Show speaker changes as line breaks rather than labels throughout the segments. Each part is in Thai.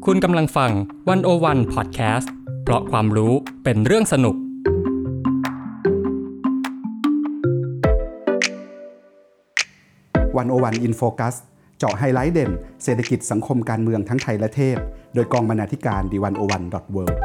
คุณกำลังฟัง101 Podcast เพราะความรู้เป็นเรื่องสนุก
101 In Focus เจาะไฮไลท์เด่นเศรษฐกิจสังคมการเมืองทั้งไทยและเทศโดยกองบรรณาธิการ The101.world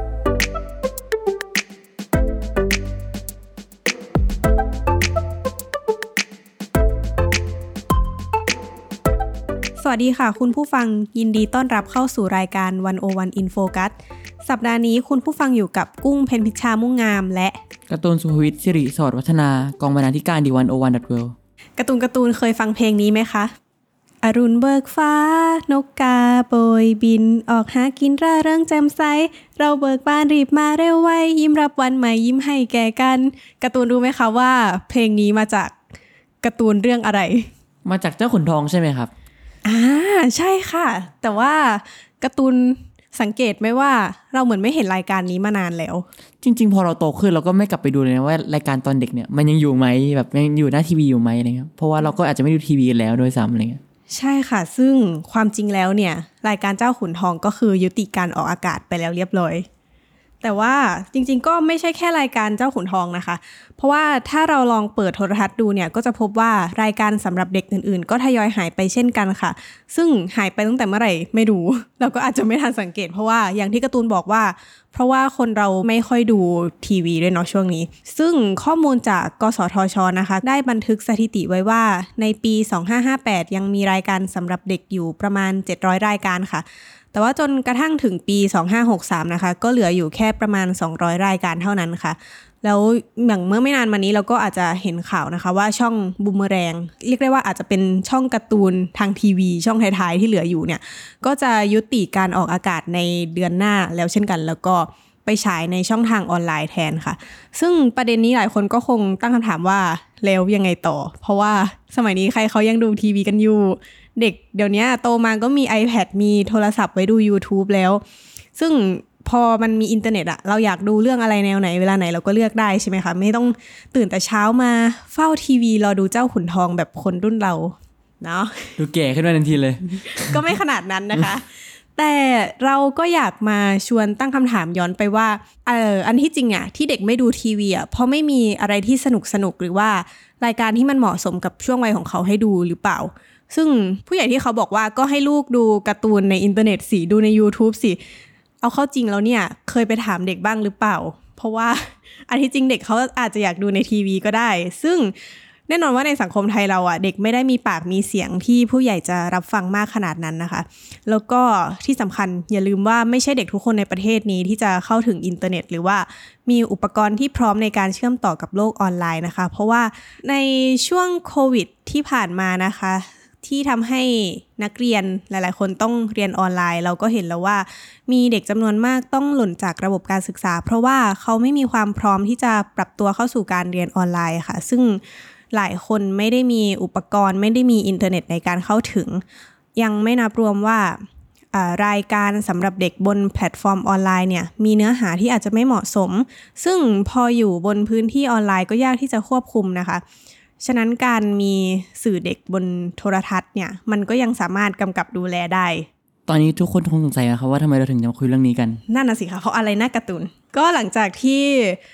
สวัสดีค่ะคุณผู้ฟังยินดีต้อนรับเข้าสู่รายการ101 In Focus สัปดาห์นี้คุณผู้ฟังอยู่กับกุ้งเพ็ญพิชชามุ่งงามและ
การ์ตูนสุภวิทย์สิริสอดวัฒนากองบรรณาธิการ The101.world
การ์ตูนเคยฟังเพลงนี้ไหมคะอรุณเบิกฟ้านกกาโบยบินออกหากินร่าเริงแจ่มใสเราเบิกบานรีบมาเร็วไวยิ้มรับวันใหม่ยิ้มให้แก่กันการ์ตูนรู้ไหมคะว่าเพลงนี้มาจากการ์ตูนเรื่องอะไร
มาจากเจ้าขุนทองใช่ไหมครับ
ใช่ค่ะแต่ว่าการ์ตูนสังเกตไหมว่าเราเหมือนไม่เห็นรายการนี้มานานแล้ว
จริงๆพอเราโตขึ้นเราก็ไม่กลับไปดูเลยนะว่ารายการตอนเด็กเนี่ยมันยังอยู่ไหมแบบยังอยู่หน้าทีวีอยู่ไหมอะไรเงี้ยเพราะว่าเราก็อาจจะไม่ดูทีวีแล้วด้วยซ้ำอะไรเงี้ย
ใช่ค่ะซึ่งความจริงแล้วเนี่ยรายการเจ้าขุนทองก็คือยุติการออกอากาศไปแล้วเรียบร้อยแต่ว่าจริงๆก็ไม่ใช่แค่รายการเจ้าขุนทองนะคะเพราะว่าถ้าเราลองเปิดโทรทัศน์ดูเนี่ยก็จะพบว่ารายการสำหรับเด็กอื่นๆก็ทยอยหายไปเช่นกันค่ะซึ่งหายไปตั้งแต่เมื่อไหร่ไม่รู้เราก็อาจจะไม่ทันสังเกตเพราะว่าอย่างที่การ์ตูนบอกว่าเพราะว่าคนเราไม่ค่อยดูทีวีด้วยเนาะช่วงนี้ซึ่งข้อมูลจากกสทช.นะคะได้บันทึกสถิติไว้ว่าในปี2558ยังมีรายการสำหรับเด็กอยู่ประมาณ700รายการค่ะแต่ว่าจนกระทั่งถึงปี2563นะคะก็เหลืออยู่แค่ประมาณ200รายการเท่านั้นค่ะแล้วอย่างเมื่อไม่นานมานี้เราก็อาจจะเห็นข่าวนะคะว่าช่องบูมเมอแรงเรียกได้ว่าอาจจะเป็นช่องการ์ตูนทางทีวีช่องท้ายๆที่เหลืออยู่เนี่ยก็จะยุติการออกอากาศในเดือนหน้าแล้วเช่นกันแล้วก็ไปฉายในช่องทางออนไลน์แทนค่ะซึ่งประเด็นนี้หลายคนก็คงตั้งคำถามว่าแล้วยังไงต่อเพราะว่าสมัยนี้ใครเขายังดูทีวีกันอยู่เด็กเดี๋ยวนี้โตมาก็มี iPad มีโทรศัพท์ไว้ดู YouTube แล้วซึ่งพอมันมีอินเทอร์เน็ตอะเราอยากดูเรื่องอะไรแนวไหนเวลาไหนเราก็เลือกได้ใช่ไหมคะไม่ต้องตื่นแต่เช้ามาเฝ้าทีวีรอดูเจ้าขุนทองแบบคนรุ่นเราเนาะ
ดูแก่ขึ้นมาทันทีเลย
ก็ไม่ขนาดนั้นนะคะ แต่เราก็อยากมาชวนตั้งคำถามย้อนไปว่าอันที่จริงอะที่เด็กไม่ดูทีวีอะเพราะไม่มีอะไรที่สนุกหรือว่ารายการที่มันเหมาะสมกับช่วงวัยของเขาให้ดูหรือเปล่าซึ่งผู้ใหญ่ที่เขาบอกว่าก็ให้ลูกดูการ์ตูนในอินเทอร์เน็ตสิดูใน YouTube สิเอาเข้าจริงแล้วเนี่ยเคยไปถามเด็กบ้างหรือเปล่าเพราะว่าอันที่จริงเด็กเขาอาจจะอยากดูในทีวีก็ได้ซึ่งแน่นอนว่าในสังคมไทยเราอ่ะเด็กไม่ได้มีปากมีเสียงที่ผู้ใหญ่จะรับฟังมากขนาดนั้นนะคะแล้วก็ที่สำคัญอย่าลืมว่าไม่ใช่เด็กทุกคนในประเทศนี้ที่จะเข้าถึงอินเทอร์เน็ตหรือว่ามีอุปกรณ์ที่พร้อมในการเชื่อมต่อกับโลกออนไลน์นะคะเพราะว่าในช่วงโควิดที่ผ่านมานะคะที่ทำให้นักเรียนหลายๆคนต้องเรียนออนไลน์เราก็เห็นแล้วว่ามีเด็กจำนวนมากต้องหล่นจากระบบการศึกษาเพราะว่าเขาไม่มีความพร้อมที่จะปรับตัวเข้าสู่การเรียนออนไลน์ค่ะซึ่งหลายคนไม่ได้มีอุปกรณ์ไม่ได้มีอินเทอร์เน็ตในการเข้าถึงยังไม่นับรวมว่ารายการสำหรับเด็กบนแพลตฟอร์มออนไลน์เนี่ยมีเนื้อหาที่อาจจะไม่เหมาะสมซึ่งพออยู่บนพื้นที่ออนไลน์ก็ยากที่จะควบคุมนะคะฉะนั้นการมีสื่อเด็กบนโทรทัศน์เนี่ยมันก็ยังสามารถกำกับดูแลได้
ตอนนี้ทุกคนคงสงสัยนะคะว่าทำไมเราถึงจะมาคุยเรื่องนี้กัน
นั่นน่ะสิคะเพราะอะไรนะการ์ตูนก็หลังจากที่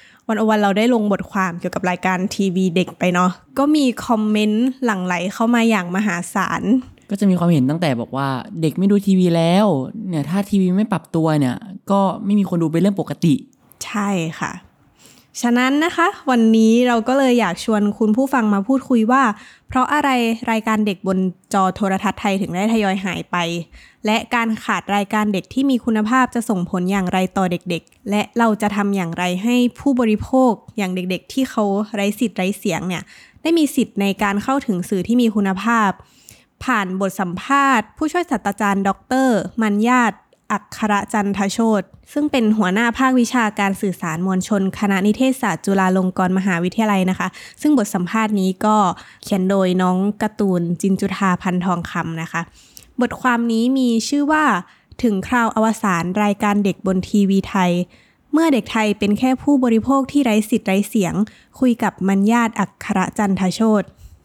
101เราได้ลงบทความเกี่ยวกับรายการทีวีเด็กไปเนาะก็มีคอมเมนต์หลั่งไหลเข้ามาอย่างมหาศาล
ก็จะมีความเห็นตั้งแต่บอกว่าเด็กไม่ดูทีวีแล้วเนี่ยถ้าทีวีไม่ปรับตัวเนี่ยก็ไม่มีคนดูเป็นเรื่องปกติ
ใช่ค่ะฉะนั้นนะคะวันนี้เราก็เลยอยากชวนคุณผู้ฟังมาพูดคุยว่าเพราะอะไรรายการเด็กบนจอโทรทัศน์ไทยถึงได้ทยอยหายไปและการขาดรายการเด็กที่มีคุณภาพจะส่งผลอย่างไรต่อเด็กๆและเราจะทำอย่างไรให้ผู้บริโภคอย่างเด็กๆที่เขาไร้สิทธิ์ไร้เสียงเนี่ยได้มีสิทธิ์ในการเข้าถึงสื่อที่มีคุณภาพผ่านบทสัมภาษณ์ผู้ช่วยศาสตราจารย์ดร.มัญญาตอัครจันทโชติซึ่งเป็นหัวหน้าภาควิชาการสื่อสารมวลชนคณะนิเทศศาสตร์จุฬาลงกรณ์มหาวิทยาลัยนะคะซึ่งบทสัมภาษณ์นี้ก็เขียนโดยน้องการ์ตูนจินจุฑาพันทองคำนะคะบทความนี้มีชื่อว่าถึงคราวอวสานรายการเด็กบนทีวีไทยเมื่อเด็กไทยเป็นแค่ผู้บริโภคที่ไร้สิทธิ์ไร้เสียงคุยกับมัญญาตอัครจันทโชติ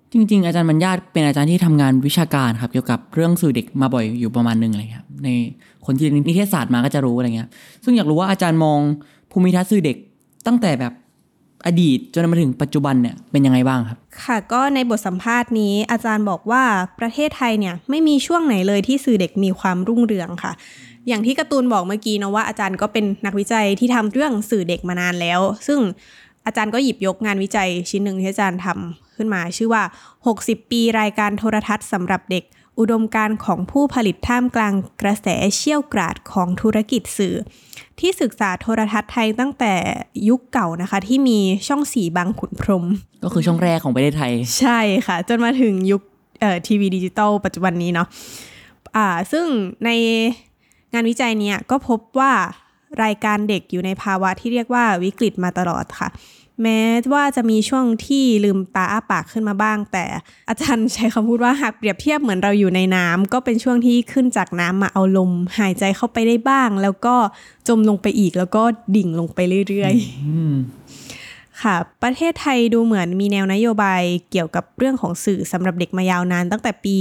จริงๆอาจารย์บรรยาตเป็นอาจารย์ที่ทำงานวิชาการครับเกี่ยวกับเรื่องสื่อเด็กมาบ่อยอยู่ประมาณนึงอะไรครับในคนที่เรียนนิเทศศาสตร์มาก็จะรู้อะไรเงี้ยซึ่งอยากรู้ว่าอาจารย์มองภูมิทัศน์สื่อเด็กตั้งแต่แบบอดีตจนมาถึงปัจจุบันเนี่ยเป็นยังไงบ้างครับ
ค่ะก็ในบทสัมภาษณ์นี้อาจารย์บอกว่าประเทศไทยเนี่ยไม่มีช่วงไหนเลยที่สื่อเด็กมีความรุ่งเรืองค่ะอย่างที่การ์ตูนบอกเมื่อกี้นะว่าอาจารย์ก็เป็นนักวิจัยที่ทำเรื่องสื่อเด็กมานานแล้วซึ่งอาจารย์ก็หยิบยกงานวิจัยชิ้นหนึ่งที่อาจารย์ทำขึ้นมาชื่อว่า60ปีรายการโทรทัศน์สำหรับเด็กอุดมการณ์ของผู้ผลิตท่ามกลางกระแสเชี่ยวกราดของธุรกิจสื่อที่ศึกษาโทรทัศน์ไทยตั้งแต่ยุคเก่านะคะที่มีช่อง4บางขุนพรหม
ก็คือช่องแรกของประเทศไทย
ใช่ค่ะจนมาถึงยุคทีวีดิจิตอลปัจจุบันนี้เนาะซึ่งในงานวิจัยเนี่ยก็พบว่ารายการเด็กอยู่ในภาวะที่เรียกว่าวิกฤตมาตลอดค่ะแม้ว่าจะมีช่วงที่ลืมตาอ้าปากขึ้นมาบ้างแต่อาจารย์ใช้คำพูดว่าหากเปรียบเทียบเหมือนเราอยู่ในน้ำก็เป็นช่วงที่ขึ้นจากน้ำมาเอาลมหายใจเข้าไปได้บ้างแล้วก็จมลงไปอีกแล้วก็ดิ่งลงไปเรื่อยๆค่ะประเทศไทยดูเหมือนมีแนวนโยบายเกี่ยวกับเรื่องของสื่อสำหรับเด็กมายาวนานตั้งแต่ปี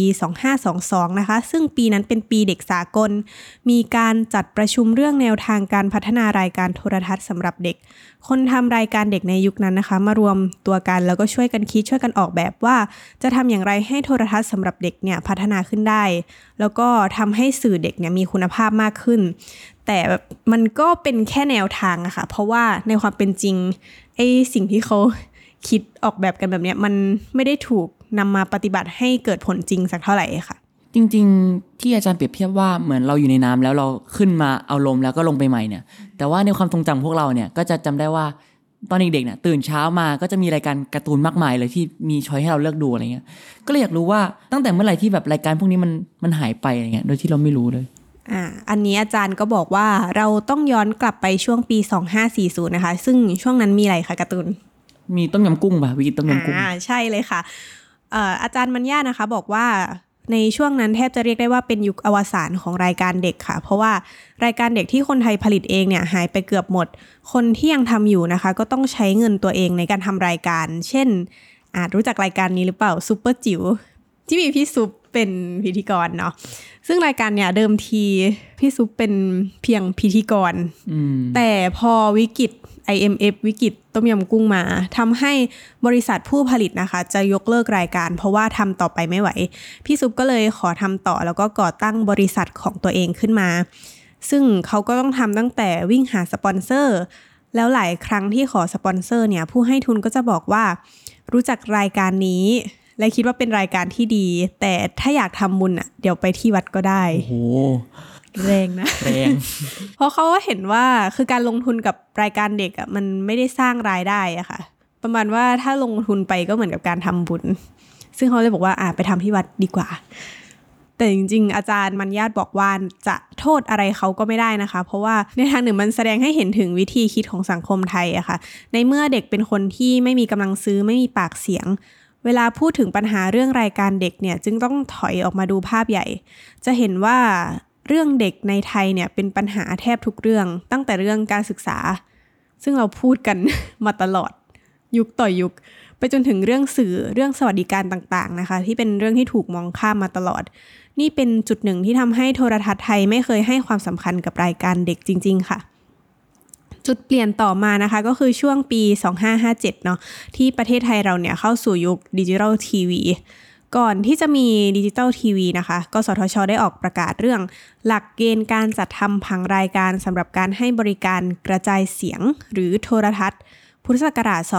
2522นะคะซึ่งปีนั้นเป็นปีเด็กสากลมีการจัดประชุมเรื่องแนวทางการพัฒนารายการโทรทัศน์สำหรับเด็กคนทำรายการเด็กในยุคนั้นนะคะมารวมตัวกันแล้วก็ช่วยกันคิดช่วยกันออกแบบว่าจะทำอย่างไรให้โทรทัศน์สำหรับเด็กเนี่ยพัฒนาขึ้นได้แล้วก็ทำให้สื่อเด็กเนี่ยมีคุณภาพมากขึ้นแต่มันก็เป็นแค่แนวทางอะค่ะเพราะว่าในความเป็นจริงไอ้สิ่งที่เขาคิดออกแบบกันแบบเนี้ยมันไม่ได้ถูกนำมาปฏิบัติให้เกิดผลจริงสักเท่าไหร่ค่ะ
จริงๆที่อาจารย์เปรียบเทียบว่าเหมือนเราอยู่ในน้ำแล้วเราขึ้นมาเอาลมแล้วก็ลงไปใหม่เนี่ยแต่ว่าในความทรงจำพวกเราเนี่ยก็จะจำได้ว่าตอนเด็กๆเนี่ยตื่นเช้ามาก็จะมีรายการการ์ตูนมากมายเลยที่มีช้อยให้เราเลือกดูอะไรเงี้ยก็เลยอยากรู้ว่าตั้งแต่เมื่อไหร่ที่แบบรายการพวกนี้มันหายไปอะไรเงี้ยโดยที่เราไม่รู้เลย
อันนี้อาจารย์ก็บอกว่าเราต้องย้อนกลับไปช่วงปี2540นะคะซึ่งช่วงนั้นมีอะไรคะการ์ตูน
มีต้มยำกุ้งป่ะวิกฤตต้มยำกุ้ง
ใช่เลยค่ะอาจารย์มัญญานะคะบอกว่าในช่วงนั้นแทบจะเรียกได้ว่าเป็นยุคอวสานของรายการเด็กค่ะเพราะว่ารายการเด็กที่คนไทยผลิตเองเนี่ยหายไปเกือบหมดคนที่ยังทำอยู่นะคะก็ต้องใช้เงินตัวเองในการทำรายการเช่นรู้จักรายการนี้หรือเปล่าซุปเปอร์จิ๋วที่มีพี่ซุปเป็นพิธีกรเนาะซึ่งรายการเนี่ยเดิมทีพี่ซุปเป็นเพียงพิธีกรแต่พอวิกฤต IMF วิกฤตต้มยำกุ้งมาทำให้บริษัทผู้ผลิตนะคะจะยกเลิกรายการเพราะว่าทำต่อไปไม่ไหวพี่ซุปก็เลยขอทำต่อแล้วก็ก่อตั้งบริษัทของตัวเองขึ้นมาซึ่งเขาก็ต้องทำตั้งแต่วิ่งหาสปอนเซอร์แล้วหลายครั้งที่ขอสปอนเซอร์เนี่ยผู้ให้ทุนก็จะบอกว่ารู้จักรายการนี้และคิดว่าเป็นรายการที่ดีแต่ถ้าอยากทำบุญเดี๋ยวไปที่วัดก็ได้
โอ้โห
แรงนะ
แรง
เพราะเขาก็เห็นว่าคือการลงทุนกับรายการเด็กมันไม่ได้สร้างรายได้อะค่ะประมาณว่าถ้าลงทุนไปก็เหมือนกับการทำบุญซึ่งเขาเลยบอกว่าไปทำที่วัดดีกว่าแต่จริงๆอาจารย์มัญญาตบอกว่าจะโทษอะไรเขาก็ไม่ได้นะคะเพราะว่าในทางหนึ่งมันแสดงให้เห็นถึงวิธีคิดของสังคมไทยอะค่ะในเมื่อเด็กเป็นคนที่ไม่มีกำลังซื้อไม่มีปากเสียงเวลาพูดถึงปัญหาเรื่องรายการเด็กเนี่ยจึงต้องถอยออกมาดูภาพใหญ่จะเห็นว่าเรื่องเด็กในไทยเนี่ยเป็นปัญหาแทบทุกเรื่องตั้งแต่เรื่องการศึกษาซึ่งเราพูดกัน มาตลอดยุคต่อยุคไปจนถึงเรื่องสื่อเรื่องสวัสดิการต่างๆนะคะที่เป็นเรื่องที่ถูกมองข้ามมาตลอดนี่เป็นจุดหนึ่งที่ทำให้โทรทัศน์ไทยไม่เคยให้ความสำคัญกับรายการเด็กจริงๆค่ะจุดเปลี่ยนต่อมานะคะก็คือช่วงปี2557เนาะที่ประเทศไทยเราเนี่ยเข้าสู่ยุคดิจิทัลทีวีก่อนที่จะมีดิจิทัลทีวีนะคะกสทช.ได้ออกประกาศเรื่องหลักเกณฑ์การจัดทำผังรายการสำหรับการให้บริการกระจายเสียงหรือโทรทัศน์พุทธศักราช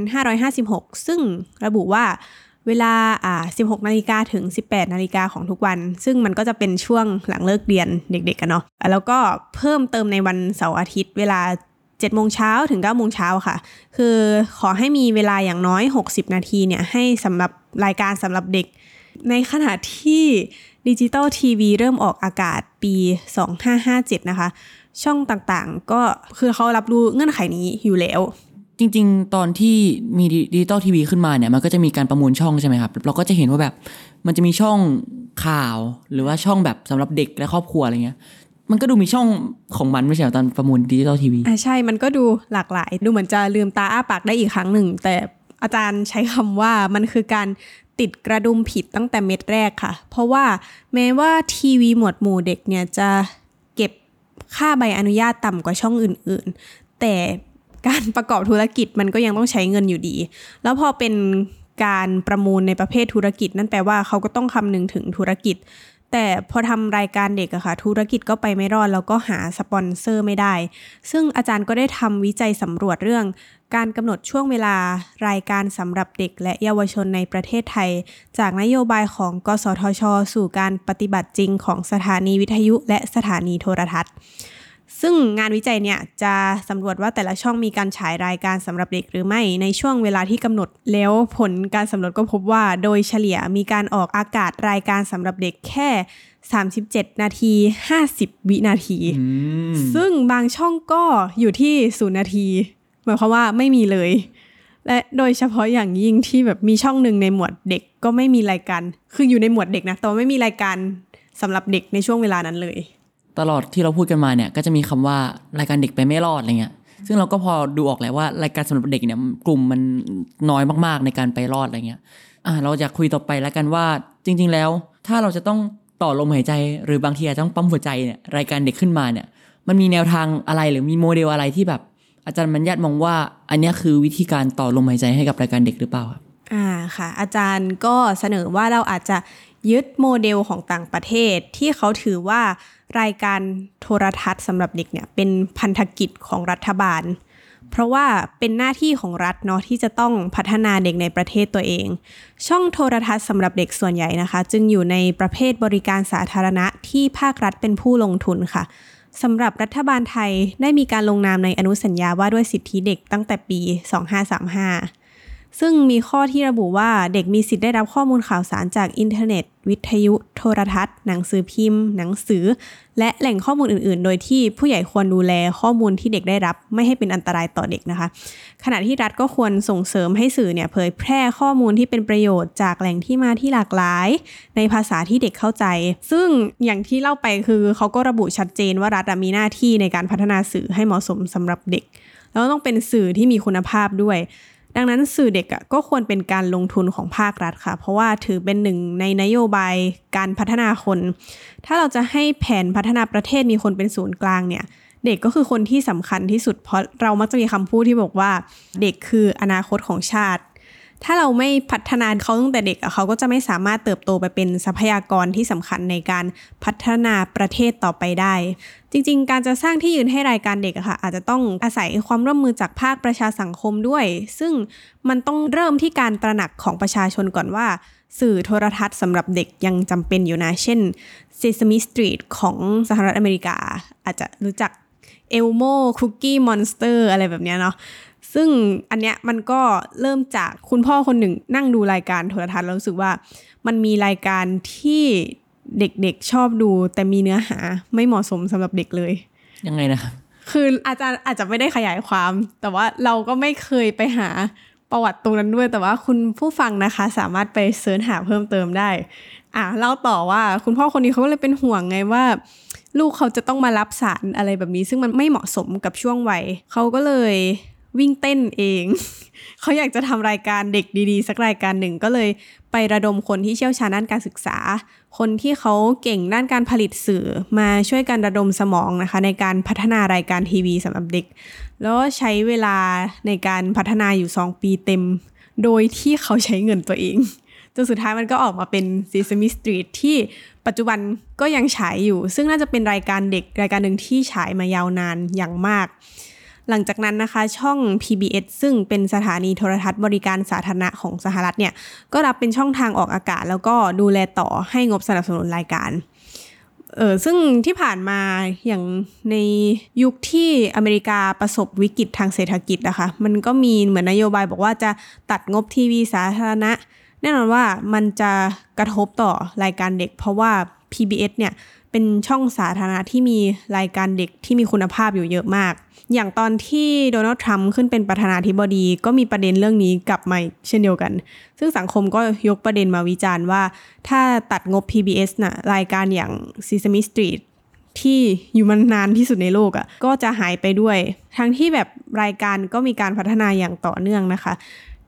2556ซึ่งระบุว่าเวลา16 นาฬิกาถึง 18 นาฬิกาของทุกวันซึ่งมันก็จะเป็นช่วงหลังเลิกเรียนเด็กๆกันเนาะแล้วก็เพิ่มเติมในวันเสาร์อาทิตย์เวลา7 โมงเช้าถึง 9 โมงเช้าค่ะคือขอให้มีเวลาอย่างน้อย60 นาทีเนี่ยให้สำหรับรายการสำหรับเด็กในขณะที่ดิจิตอลทีวีเริ่มออกอากาศปี2557นะคะช่องต่างๆก็คือเขารับรู้เงื่อนไขนี้อยู่แล้ว
จริงๆตอนที่มีดิจิตอลทีวีขึ้นมาเนี่ยมันก็จะมีการประมูลช่องใช่ไหมครับเราก็จะเห็นว่าแบบมันจะมีช่องข่าวหรือว่าช่องแบบสำหรับเด็กและครอบครัวอะไรเงี้ยมันก็ดูมีช่องของมันไม่ใช่ตอนประมูลดิจิตอลทีวี
ใช่มันก็ดูหลากหลายดูเหมือนจะลืมตาอ้าปากได้อีกครั้งหนึ่งแต่อาจารย์ใช้คำว่ามันคือการติดกระดุมผิดตั้งแต่เม็ดแรกค่ะเพราะว่าแม้ว่าทีวีหมวดหมู่เด็กเนี่ยจะเก็บค่าใบอนุญาตต่ำกว่าช่องอื่นๆแต่การประกอบธุรกิจมันก็ยังต้องใช้เงินอยู่ดีแล้วพอเป็นการประมูลในประเภทธุรกิจนั่นแปลว่าเขาก็ต้องคำนึงถึงธุรกิจแต่พอทำรายการเด็กอะค่ะธุรกิจก็ไปไม่รอดแล้วก็หาสปอนเซอร์ไม่ได้ซึ่งอาจารย์ก็ได้ทำวิจัยสำรวจเรื่องการกำหนดช่วงเวลารายการสำหรับเด็กและเยาวชนในประเทศไทยจากนโยบายของกสทช.สู่การปฏิบัติจริงของสถานีวิทยุและสถานีโทรทัศน์ซึ่งงานวิจัยเนี่ยจะสำรวจว่าแต่ละช่องมีการฉายรายการสำหรับเด็กหรือไม่ในช่วงเวลาที่กำหนดแล้วผลการสำรวจก็พบว่าโดยเฉลี่ยมีการออกอากาศรายการสำหรับเด็กแค่37นาที50วินาทีซึ่งบางช่องก็อยู่ที่0นาทีหมายความว่าไม่มีเลยและโดยเฉพาะอย่างยิ่งที่แบบมีช่องหนึ่งในหมวดเด็กก็ไม่มีรายการคืออยู่ในหมวดเด็กนะแต่ไม่มีรายการสำหรับเด็กในช่วงเวลานั้นเลย
ตลอดที่เราพูดกันมาเนี่ยก็จะมีคำว่ารายการเด็กไปไม่รอดอะไรเงี้ยซึ่งเราก็พอดูออกแล้วว่ารายการสำหรับเด็กเนี่ยกลุ่มมันน้อยมากๆในการไปรอดอะไรเงี้ยเราอยากคุยต่อไปแล้วกันว่าจริงๆแล้วถ้าเราจะต้องต่อลมหายใจหรือบางทีอาจจะต้องปั๊มหัวใจเนี่ยรายการเด็กขึ้นมาเนี่ยมันมีแนวทางอะไรหรือมีโมเดลอะไรที่แบบอาจารย์บัญญัติมองว่าอันนี้คือวิธีการต่อลมหายใจให้กับรายการเด็กหรือเปล่าครับ
ค่ะอาจารย์ก็เสนอว่าเราอาจจะยึดโมเดลของต่างประเทศที่เขาถือว่ารายการโทรทัศน์สำหรับเด็กเนี่ยเป็นพันธกิจของรัฐบาลเพราะว่าเป็นหน้าที่ของรัฐเนาะที่จะต้องพัฒนาเด็กในประเทศตัวเองช่องโทรทัศน์สำหรับเด็กส่วนใหญ่นะคะจึงอยู่ในประเภทบริการสาธารณะที่ภาครัฐเป็นผู้ลงทุนค่ะสำหรับรัฐบาลไทยได้มีการลงนามในอนุสัญญาว่าด้วยสิทธิเด็กตั้งแต่ปี2535ซึ่งมีข้อที่ระบุว่าเด็กมีสิทธิ์ได้รับข้อมูลข่าวสารจากอินเทอร์เน็ตวิทยุโทรทัศน์หนังสือพิมพ์หนังสือและแหล่งข้อมูลอื่นๆโดยที่ผู้ใหญ่ควรดูแลข้อมูลที่เด็กได้รับไม่ให้เป็นอันตรายต่อเด็กนะคะขณะที่รัฐก็ควรส่งเสริมให้สื่อเนี่ยเผยแพร่ข้อมูลที่เป็นประโยชน์จากแหล่งที่มาที่หลากหลายในภาษาที่เด็กเข้าใจซึ่งอย่างที่เล่าไปคือเขาก็ระบุชัดเจนว่ารัฐมีหน้าที่ในการพัฒนาสื่อให้เหมาะสมสำหรับเด็กแล้วต้องเป็นสื่อที่มีคุณภาพด้วยดังนั้นสื่อเด็กก็ควรเป็นการลงทุนของภาครัฐค่ะเพราะว่าถือเป็นหนึ่งในนโยบายการพัฒนาคนถ้าเราจะให้แผนพัฒนาประเทศมีคนเป็นศูนย์กลางเนี่ยเด็กก็คือคนที่สำคัญที่สุดเพราะเรามักจะมีคำพูดที่บอกว่าเด็กคืออนาคตของชาติถ้าเราไม่พัฒนาเขาตั้งแต่เด็กเขาก็จะไม่สามารถเติบโตไปเป็นทรัพยากรที่สำคัญในการพัฒนาประเทศต่อไปได้จริงๆการจะสร้างที่ยืนให้รายการเด็กค่ะอาจจะต้องอาศัยความร่วมมือจากภาคประชาสังคมด้วยซึ่งมันต้องเริ่มที่การตระหนักของประชาชนก่อนว่าสื่อโทรทัศน์สำหรับเด็กยังจำเป็นอยู่นะเช่น Sesame Street ของสหรัฐอเมริกาอาจจะรู้จัก Elmo Cookie Monster อะไรแบบนี้เนาะซึ่งอันเนี้ยมันก็เริ่มจากคุณพ่อคนหนึ่งนั่งดูรายการโทรทัศน์แล้วรู้สึกว่ามันมีรายการที่เด็กๆชอบดูแต่มีเนื้อหาไม่เหมาะสมสำหรับเด็กเลย
ยังไงนะครับ
คืออาจารย์อาจจะไม่ได้ขยายความแต่ว่าเราก็ไม่เคยไปหาประวัติตรงนั้นด้วยแต่ว่าคุณผู้ฟังนะคะสามารถไปเสิร์ชหาเพิ่มเติมได้เล่าต่อว่าคุณพ่อคนนี้เขาก็เลยเป็นห่วงไงว่าลูกเขาจะต้องมารับสารอะไรแบบนี้ซึ่งมันไม่เหมาะสมกับช่วงวัยเขาก็เลยวิ่งเต้นเอง เขาอยากจะทำรายการเด็กดีๆสักรายการหนึ่งก็เลยไประดมคนที่เชี่ยวชาญด้านการศึกษาคนที่เขาเก่งด้านการผลิตสื่อมาช่วยกันระดมสมองนะคะในการพัฒนารายการทีวีสำหรับเด็กแล้วใช้เวลาในการพัฒนาอยู่2ปีเต็มโดยที่เขาใช้เงินตัวเองจนสุดท้ายมันก็ออกมาเป็น Sesame Street ที่ปัจจุบันก็ยังฉายอยู่ซึ่งน่าจะเป็นรายการเด็กรายการหนึ่งที่ฉายมายาวนานอย่างมากหลังจากนั้นนะคะช่อง PBS ซึ่งเป็นสถานีโทรทัศน์บริการสาธารณะของสหรัฐเนี่ยก็รับเป็นช่องทางออกอากาศแล้วก็ดูแลต่อให้งบสนับสนุนรายการซึ่งที่ผ่านมาอย่างในยุคที่อเมริกาประสบวิกฤตทางเศรษฐกิจนะคะมันก็มีเหมือนนโยบายบอกว่าจะตัดงบทีวีสาธารณะแน่นอนว่ามันจะกระทบต่อรายการเด็กเพราะว่า PBS เนี่ยเป็นช่องสาธารณะที่มีรายการเด็กที่มีคุณภาพอยู่เยอะมากอย่างตอนที่โดนัลด์ทรัมป์ขึ้นเป็นประธานาธิบดีก็มีประเด็นเรื่องนี้กลับมาเช่นเดียวกันซึ่งสังคมก็ยกประเด็นมาวิจารณ์ว่าถ้าตัดงบ PBS น่ะรายการอย่าง Sesame Street ที่อยู่มานานที่สุดในโลกก็จะหายไปด้วยทั้งที่แบบรายการก็มีการพัฒนาอย่างต่อเนื่องนะคะ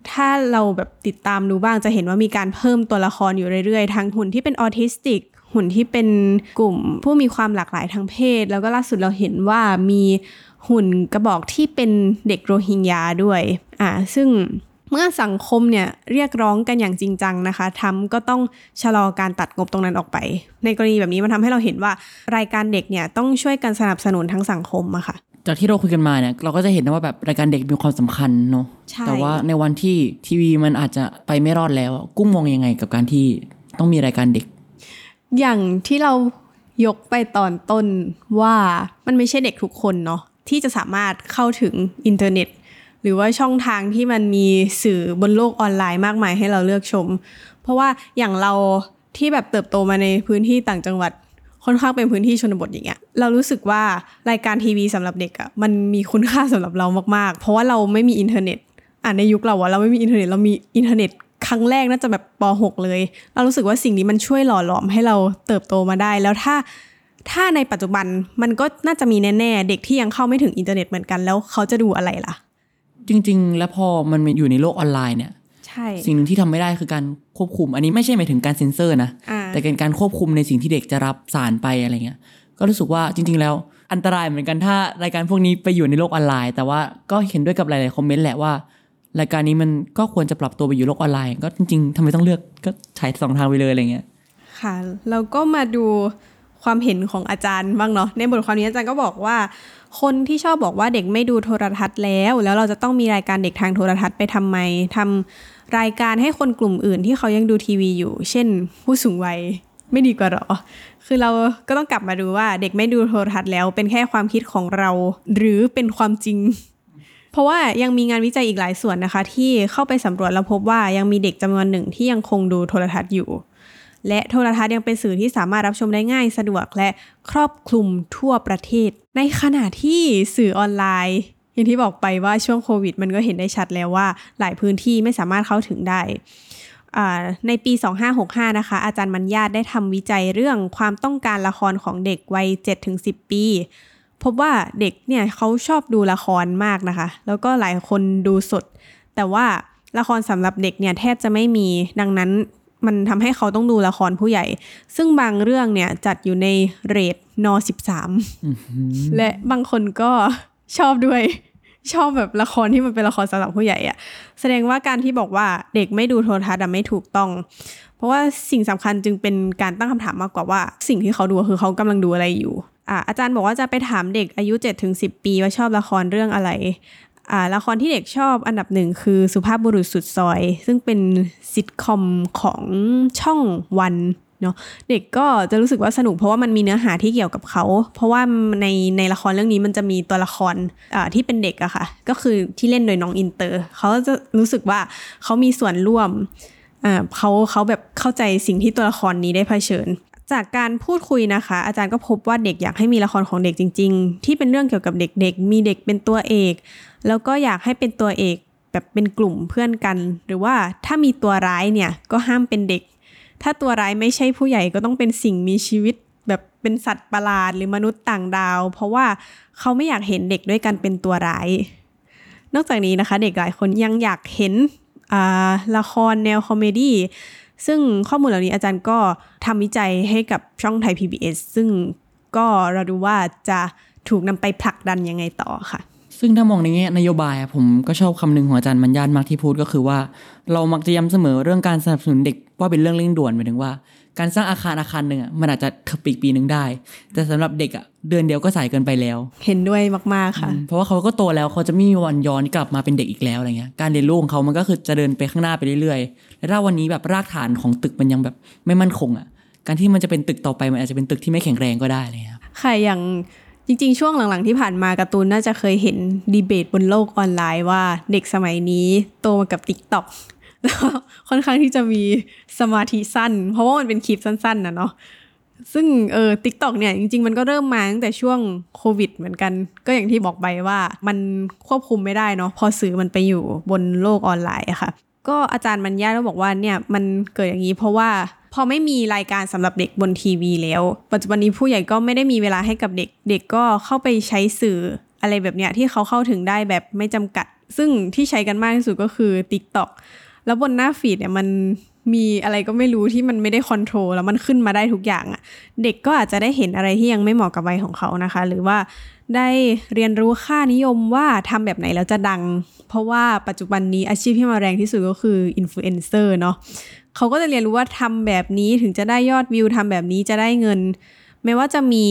ถ้าเราแบบติดตามดูบ้างจะเห็นว่ามีการเพิ่มตัวละครอยู่เรื่อยๆทั้งหุ่นที่เป็นออทิสติกหุ่นที่เป็นกลุ่มผู้มีความหลากหลายทางเพศแล้วก็ล่าสุดเราเห็นว่ามีหุ่นกระบอกที่เป็นเด็กโรฮิงญาด้วยซึ่งเมื่อสังคมเนี่ยเรียกร้องกันอย่างจริงจังนะคะทำก็ต้องชะลอการตัดงบตรงนั้นออกไปในกรณีแบบนี้มันทำให้เราเห็นว่ารายการเด็กเนี่ยต้องช่วยกันสนับสนุนทั้งสังคมอะค่ะ
จากที่เราคุยกันมาเนี่ยเราก็จะเห็นว่าแบบรายการเด็กมีความสำคัญเนาะแต่ว่าในวันที่ทีวีมันอาจจะไปไม่รอดแล้วกุ้งมองยังไงกับการที่ต้องมีรายการเด็ก
อย่างที่เรายกไปตอนต้นว่ามันไม่ใช่เด็กทุกคนเนาะที่จะสามารถเข้าถึงอินเทอร์เน็ตหรือว่าช่องทางที่มันมีสื่อบนโลกออนไลน์มากมายให้เราเลือกชมเพราะว่าอย่างเราที่แบบเติบโตมาในพื้นที่ต่างจังหวัดค่อนข้างเป็นพื้นที่ชนบทอย่างเงี้ยเรารู้สึกว่ารายการทีวีสำหรับเด็กอ่ะมันมีคุณค่าสำหรับเรามากๆเพราะว่าเราไม่มีอินเทอร์เน็ตในยุคเราไม่มีอินเทอร์เน็ตเรามีอินเทอร์เน็ตครั้งแรกน่าจะแบบป.6 เลยเรารู้สึกว่าสิ่งนี้มันช่วยหล่อหลอมให้เราเติบโตมาได้แล้วถ้าในปัจจุบันมันก็น่าจะมีแน่ๆเด็กที่ยังเข้าไม่ถึงอินเทอร์เน็ตเหมือนกันแล้วเขาจะดูอะไรล่ะ
จริงๆแล้วพอมันอยู่ในโลกออนไลน์เนี่ย
ใช่
สิ่งหนึ่งที่ทำไม่ได้คือการควบคุมอันนี้ไม่ใช่หมายถึงการเซ็นเซอร์นะแต่เป็นการควบคุมในสิ่งที่เด็กจะรับสารไปอะไรเงี้ยก็รู้สึกว่าจริงๆแล้วอันตรายเหมือนกันถ้ารายการพวกนี้ไปอยู่ในโลกออนไลน์แต่ว่าก็เห็นด้วยกับหลายๆคอมเมนต์แหละว่ารายการนี้มันก็ควรจะปรับตัวไปอยู่โลกออนไลน์ก็จริงๆทำไมต้องเลือกก็ใช้2ทางไปเลยอะไรเงี้ย
ค่ะแล้วก็มาดูความเห็นของอาจารย์บ้างเนาะในบทความนี้อาจารย์ก็บอกว่าคนที่ชอบบอกว่าเด็กไม่ดูโทรทัศน์แล้วเราจะต้องมีรายการเด็กทางโทรทัศน์ไปทำไมทำรายการให้คนกลุ่มอื่นที่เขายังดูทีวีอยู่เช่นผู้สูงวัยไม่ดีกว่าหรอคือเราก็ต้องกลับมาดูว่าเด็กไม่ดูโทรทัศน์แล้วเป็นแค่ความคิดของเราหรือเป็นความจริงเพราะว่ายังมีงานวิจัยอีกหลายส่วนนะคะที่เข้าไปสำรวจแล้วพบว่ายังมีเด็กจำนวนหนึ่งที่ยังคงดูโทรทัศน์อยู่และโทรทัศน์ยังเป็นสื่อที่สามารถรับชมได้ง่ายสะดวกและครอบคลุมทั่วประเทศในขณะที่สื่อออนไลน์อย่างที่บอกไปว่าช่วงโควิดมันก็เห็นได้ชัดแล้วว่าหลายพื้นที่ไม่สามารถเข้าถึงได้ในปี2565นะคะอาจารย์มัญญาตได้ทำวิจัยเรื่องความต้องการละครของเด็กวัย 7-10 ปีพบว่าเด็กเนี่ยเขาชอบดูละครมากนะคะแล้วก็หลายคนดูสดแต่ว่าละครสำหรับเด็กเนี่ยแทบจะไม่มีดังนั้นมันทำให้เขาต้องดูละครผู้ใหญ่ซึ่งบางเรื่องเนี่ยจัดอยู่ในเรทน.13 และบางคนก็ชอบด้วยชอบแบบละครที่มันเป็นละครสำหรับผู้ใหญ่อะแสดงว่าการที่บอกว่าเด็กไม่ดูโทรทัศน์ไม่ถูกต้องเพราะว่าสิ่งสำคัญจึงเป็นการตั้งคำถามมากกว่าว่าสิ่งที่เขาดูคือเขากำลังดูอะไรอยู่อาจารย์บอกว่าจะไปถามเด็กอายุ 7-10 ปีว่าชอบละครเรื่องอะไรละครที่เด็กชอบอันดับหนึ่งคือสุภาพบุรุษสุดซอยซึ่งเป็นซิทคอมของช่องวันเนาะเด็กก็จะรู้สึกว่าสนุกเพราะว่ามันมีเนื้อหาที่เกี่ยวกับเขาเพราะว่าในละครเรื่องนี้มันจะมีตัวละครที่เป็นเด็กอะค่ะก็คือที่เล่นโดยน้องอินเตอร์เขาจะรู้สึกว่าเขามีส่วนร่วมเขาแบบเข้าใจสิ่งที่ตัวละครนี้ได้เผชิญจากการพูดคุยนะคะอาจารย์ก็พบว่าเด็กอยากให้มีละครของเด็กจริงๆที่เป็นเรื่องเกี่ยวกับเด็กๆมีเด็กเป็นตัวเอกแล้วก็อยากให้เป็นตัวเอกแบบเป็นกลุ่มเพื่อนกันหรือว่าถ้ามีตัวร้ายเนี่ยก็ห้ามเป็นเด็กถ้าตัวร้ายไม่ใช่ผู้ใหญ่ก็ต้องเป็นสิ่งมีชีวิตแบบเป็นสัตว์ประหลาดหรือมนุษย์ต่างดาวเพราะว่าเขาไม่อยากเห็นเด็กด้วยกันเป็นตัวร้ายนอกจากนี้นะคะเด็กหลายคนยังอยากเห็นละครแนวคอมเมดี้ซึ่งข้อมูลเหล่านี้อาจารย์ก็ทำวิจัยให้กับช่องไทย PBS ซึ่งก็เราดูว่าจะถูกนำไปผลักดันยังไงต่อค่ะ
ซึ่งถ้ามองในแง่นโยบายผมก็ชอบคำหนึ่งของอาจารย์มัญญาตมากที่พูดก็คือว่าเรามักจะย้ำเสมอเรื่องการสนับสนุนเด็กว่าเป็นเรื่องเร่งด่วนหมายถึงว่าการสร้างอาคารนึงมันอาจจะขับปีนึงได้แต่สำหรับเด็กเดือนเดียวก็สายเกินไปแล้ว
เห็นด้วยมากๆค่ะ
เพราะว่าเขาก็โตแล้วเขาจะไม่มีวันย้อนกลับมาเป็นเด็กอีกแล้วอะไรเงี้ยการเรียนรู้ของเขามันก็คือจะเดินไปข้างหน้าไปเรื่อยๆและถ้าวันนี้แบบรากฐานของตึกมันยังแบบไม่มั่นคงการที่มันจะเป็นตึกต่อไปมันอาจจะเป็นตึกที่ไม่แข็งแรงก็ได้เลยครับ
ค่ะอย่างจริงๆช่วงหลังๆที่ผ่านมาการ์ตูนน่าจะเคยเห็นดีเบตบนโลกออนไลน์ว่าเด็กสมัยนี้โตมากับ TikTok แล้วค่อนข้างที่จะมีสมาธิสั้นเพราะว่ามันเป็นคลิปสั้นๆนะเนาะซึ่งTikTok เนี่ยจริงๆมันก็เริ่มมาตั้งแต่ช่วงโควิดเหมือนกันก็อย่างที่บอกไปว่ามันควบคุมไม่ได้เนาะพอสื่อมันไปอยู่บนโลกออนไลน์อะค่ะก็อาจารย์มัญญาก็บอกว่าเนี่ยมันเกิดอย่างนี้เพราะว่าพอไม่มีรายการสำหรับเด็กบนทีวีแล้วปัจจุบันนี้ผู้ใหญ่ก็ไม่ได้มีเวลาให้กับเด็กเด็กก็เข้าไปใช้สื่ออะไรแบบเนี้ยที่เขาเข้าถึงได้แบบไม่จำกัดซึ่งที่ใช้กันมากที่สุดก็คือ TikTok แล้วบนหน้าฟีดเนี่ยมันมีอะไรก็ไม่รู้ที่มันไม่ได้คอนโทรลแล้วมันขึ้นมาได้ทุกอย่างอะเด็กก็อาจจะได้เห็นอะไรที่ยังไม่เหมาะกับวัยของเขานะคะหรือว่าได้เรียนรู้ค่านิยมว่าทำแบบไหนแล้วจะดังเพราะว่าปัจจุบันนี้อาชีพที่มาแรงที่สุดก็คืออินฟลูเอนเซอร์เนาะเขาก็จะเรียนรู้ว่าทำแบบนี้ถึงจะได้ยอดวิวทำแบบนี้จะได้เงินแม้ว่าจะมี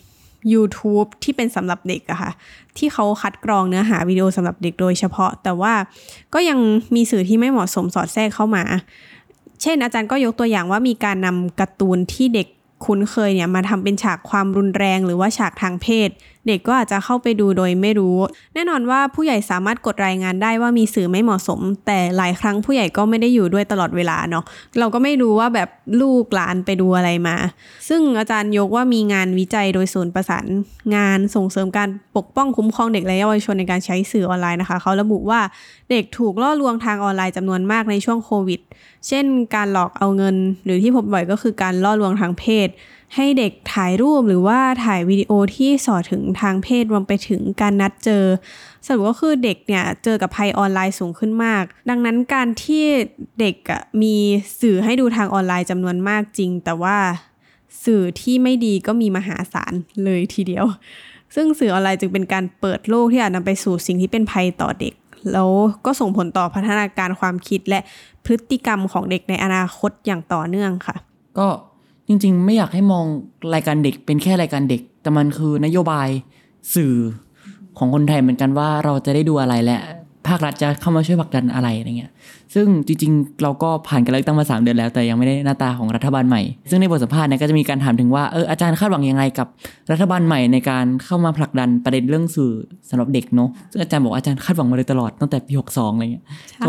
YouTube ที่เป็นสำหรับเด็กอะค่ะที่เขาคัดกรองเนื้อหาวิดีโอสำหรับเด็กโดยเฉพาะแต่ว่าก็ยังมีสื่อที่ไม่เหมาะสมสอดแทรกเข้ามาเช่นอาจารย์ก็ยกตัวอย่างว่ามีการนำการ์ตูนที่เด็กคุ้นเคยเนี่ยมาทำเป็นฉากความรุนแรงหรือว่าฉากทางเพศเด็กก็อาจจะเข้าไปดูโดยไม่รู้แน่นอนว่าผู้ใหญ่สามารถกดรายงานได้ว่ามีสื่อไม่เหมาะสมแต่หลายครั้งผู้ใหญ่ก็ไม่ได้อยู่ด้วยตลอดเวลาเนาะเราก็ไม่รู้ว่าแบบลูกหลานไปดูอะไรมาซึ่งอาจารย์ยกว่ามีงานวิจัยโดยศูนย์ประสานงานส่งเสริมการปกป้องคุ้มครองเด็กและเยาวชนในการใช้สื่อออนไลน์นะคะเขาระบุว่าเด็กถูกล่อลวงทางออนไลน์จำนวนมากในช่วงโควิดเช่นการหลอกเอาเงินหรือที่พบบ่อยก็คือการล่อลวงทางเพศให้เด็กถ่ายรูปหรือว่าถ่ายวิดีโอที่ส่อถึงทางเพศรวมไปถึงการนัดเจอสรุปก็คือเด็กเนี่ยเจอกับภัยออนไลน์สูงขึ้นมากดังนั้นการที่เด็กมีสื่อให้ดูทางออนไลน์จำนวนมากจริงแต่ว่าสื่อที่ไม่ดีก็มีมหาศาลเลยทีเดียวซึ่งสื่อออนไลน์จึงเป็นการเปิดโลกที่อาจนำไปสู่สิ่งที่เป็นภัยต่อเด็กแล้วก็ส่งผลต่อพัฒนาการความคิดและพฤติกรรมของเด็กในอนาคตอย่างต่อเนื่องค่ะ
ก็จริงๆไม่อยากให้มองรายการเด็กเป็นแค่รายการเด็กแต่มันคือนโยบายสื่อของคนไทยเหมือนกันว่าเราจะได้ดูอะไรและภาครัฐจะเข้ามาช่วยผลักดันอะไรเงี้ยซึ่งจริงๆเราก็ผ่านการเลือกตั้งมา3 เดือนแล้วแต่ยังไม่ได้หน้าตาของรัฐบาลใหม่ซึ่งในบทสัมภาษณ์เนี่ยก็จะมีการถามถึงว่าอาจารย์คาดหวังยังไงกับรัฐบาลใหม่ในการเข้ามาผลักดันประเด็นเรื่องสื่อสำหรับเด็กเนาะซึ่งอาจารย์บอกว่าอาจารย์คาดหวังมาโดยตลอดตั้งแต่ปี62อะไรเงี้ยก็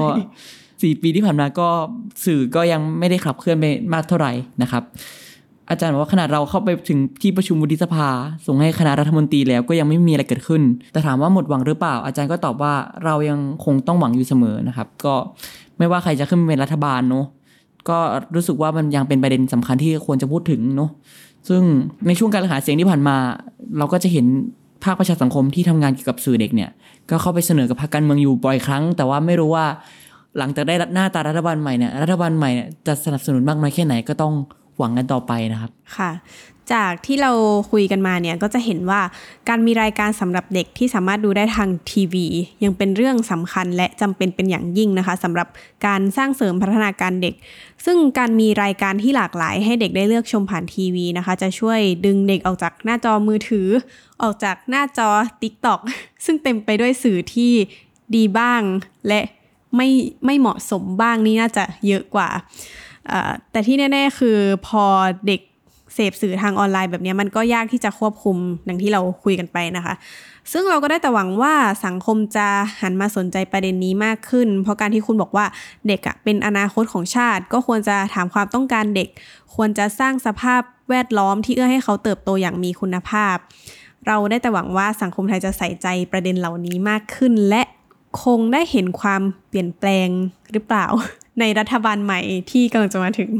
4 ปีที่ผ่านมาก็สื่อก็ยังไม่ได้ขับเคลื่อนไปมากเท่าไหร่นะครับอาจารย์บอกว่าขนาดเราเข้าไปถึงที่ประชุมวุฒิสภาส่งให้คณะรัฐมนตรีแล้วก็ยังไม่มีอะไรเกิดขึ้นแต่ถามว่าหมดหวังหรือเปล่าอาจารย์ก็ตอบว่าเรายังคงต้องหวังอยู่เสมอนะครับก็ไม่ว่าใครจะขึ้นเป็นรัฐบาลเนาะก็รู้สึกว่ามันยังเป็นประเด็นสำคัญที่ควรจะพูดถึงเนาะซึ่งในช่วงการหาเสียงที่ผ่านมาเราก็จะเห็นภาคประชาสังคมที่ทำงานเกี่ยวกับสื่อเด็กเนี่ยก็เข้าไปเสนอกับพรรคการเมืองอยู่บ่อยครั้งแต่ว่าไม่รู้ว่าหลังจากได้หน้าตารัฐบาลใหม่เนี่ยรัฐบาลใหม่เนี่ยจะสนับสนุนมากน้อยแค่ไหนก็ต้องหวังกันต่อไปนะครับ
ค่ะจากที่เราคุยกันมาเนี่ยก็จะเห็นว่าการมีรายการสำหรับเด็กที่สามารถดูได้ทางทีวียังเป็นเรื่องสำคัญและจำเป็นอย่างยิ่งนะคะสำหรับการสร้างเสริมพัฒนาการเด็กซึ่งการมีรายการที่หลากหลายให้เด็กได้เลือกชมผ่านทีวีนะคะจะช่วยดึงเด็กออกจากหน้าจอมือถือออกจากหน้าจอ TikTok ซึ่งเต็มไปด้วยสื่อที่ดีบ้างและไม่เหมาะสมบ้างนี่น่าจะเยอะกว่าแต่ที่แน่ๆคือพอเด็กเสพสื่อทางออนไลน์แบบนี้มันก็ยากที่จะควบคุมดังที่เราคุยกันไปนะคะซึ่งเราก็ได้แต่หวังว่าสังคมจะหันมาสนใจประเด็นนี้มากขึ้นเพราะการที่คุณบอกว่าเด็กเป็นอนาคตของชาติก็ควรจะถามความต้องการเด็กควรจะสร้างสภาพแวดล้อมที่เอื้อให้เขาเติบโตอย่างมีคุณภาพเราได้แต่หวังว่าสังคมไทยจะใส่ใจประเด็นเหล่านี้มากขึ้นและคงได้เห็นความเปลี่ยนแปลงหรือเปล่าในรัฐบาลใหม่ที่กำลังจะมาถึง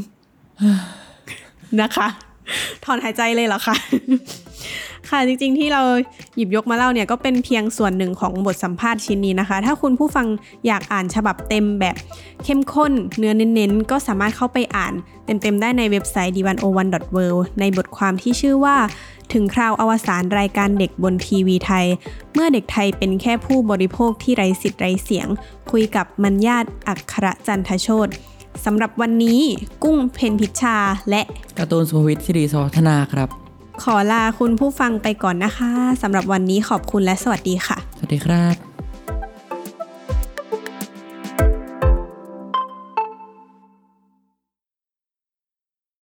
นะคะถอนหายใจเลยเหรอคะ ค่ะจริงๆที่เราหยิบยกมาเล่าเนี่ยก็เป็นเพียงส่วนหนึ่งของบทสัมภาษณ์ชิ้นนี้นะคะถ้าคุณผู้ฟังอยากอ่านฉบับเต็มแบบเข้มข้นเนื้อเน้นๆก็สามารถเข้าไปอ่านเต็มๆได้ในเว็บไซต์ d101.world ในบทความที่ชื่อว่าถึงคราวอวสานรายการเด็กบนทีวีไทยเมื่อเด็กไทยเป็นแค่ผู้บริโภคที่ไร้สิทธิ์ไร้เสียงคุยกับมัญญาติอัครจันทโชติสำหรับวันนี้กุ้งเพ็ญพิชชาและ
การ์ตูนสุภวิทย์ศิริสวัฒนาครับ
ขอลาคุณผู้ฟังไปก่อนนะคะสำหรับวันนี้ขอบคุณและสวัสดีค่ะ
สวัสดีครับ